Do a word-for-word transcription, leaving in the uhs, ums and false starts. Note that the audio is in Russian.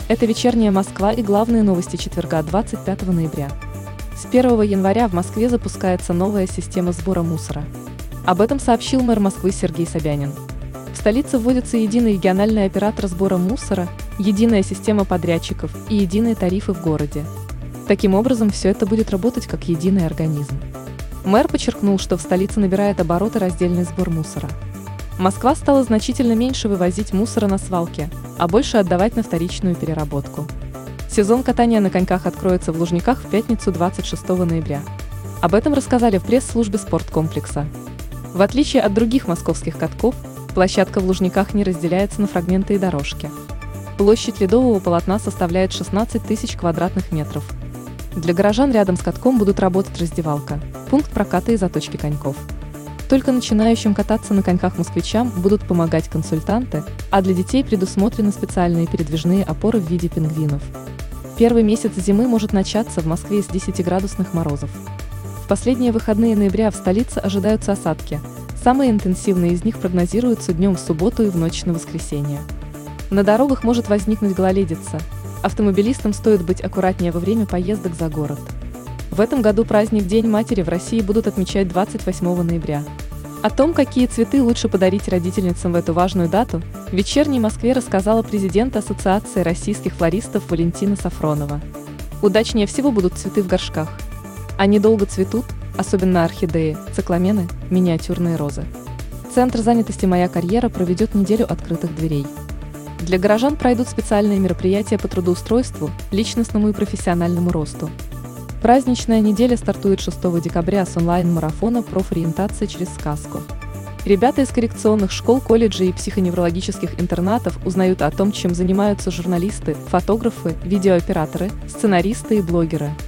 Это «Вечерняя Москва» и главные новости четверга, двадцать пятого ноября. С первого января в Москве запускается новая система сбора мусора. Об этом сообщил мэр Москвы Сергей Собянин. В столице вводится единый региональный оператор сбора мусора, единая система подрядчиков и единые тарифы в городе. Таким образом, все это будет работать как единый организм. Мэр подчеркнул, что в столице набирает обороты раздельный сбор мусора. Москва стала значительно меньше вывозить мусора на свалки, а больше отдавать на вторичную переработку. Сезон катания на коньках откроется в Лужниках в пятницу двадцать шестого ноября. Об этом рассказали в пресс-службе спорткомплекса. В отличие от других московских катков, площадка в Лужниках не разделяется на фрагменты и дорожки. Площадь ледового полотна составляет шестнадцать тысяч квадратных метров. Для горожан рядом с катком будут работать раздевалка, пункт проката и заточки коньков. Только начинающим кататься на коньках москвичам будут помогать консультанты, а для детей предусмотрены специальные передвижные опоры в виде пингвинов. Первый месяц зимы может начаться в Москве с десятиградусных морозов. В последние выходные ноября в столице ожидаются осадки. Самые интенсивные из них прогнозируются днем в субботу и в ночь на воскресенье. На дорогах может возникнуть гололедица. Автомобилистам стоит быть аккуратнее во время поездок за город. В этом году праздник День матери в России будут отмечать двадцать восьмого ноября. О том, какие цветы лучше подарить родительницам в эту важную дату, в «Вечерней Москве» рассказала президент Ассоциации российских флористов Валентина Сафронова. Удачнее всего будут цветы в горшках. Они долго цветут, особенно орхидеи, цикламены, миниатюрные розы. Центр занятости «Моя карьера» проведет неделю открытых дверей. Для горожан пройдут специальные мероприятия по трудоустройству, личностному и профессиональному росту. Праздничная неделя стартует шестого декабря с онлайн-марафона «Профориентация через сказку». Ребята из коррекционных школ, колледжей и психоневрологических интернатов узнают о том, чем занимаются журналисты, фотографы, видеооператоры, сценаристы и блогеры.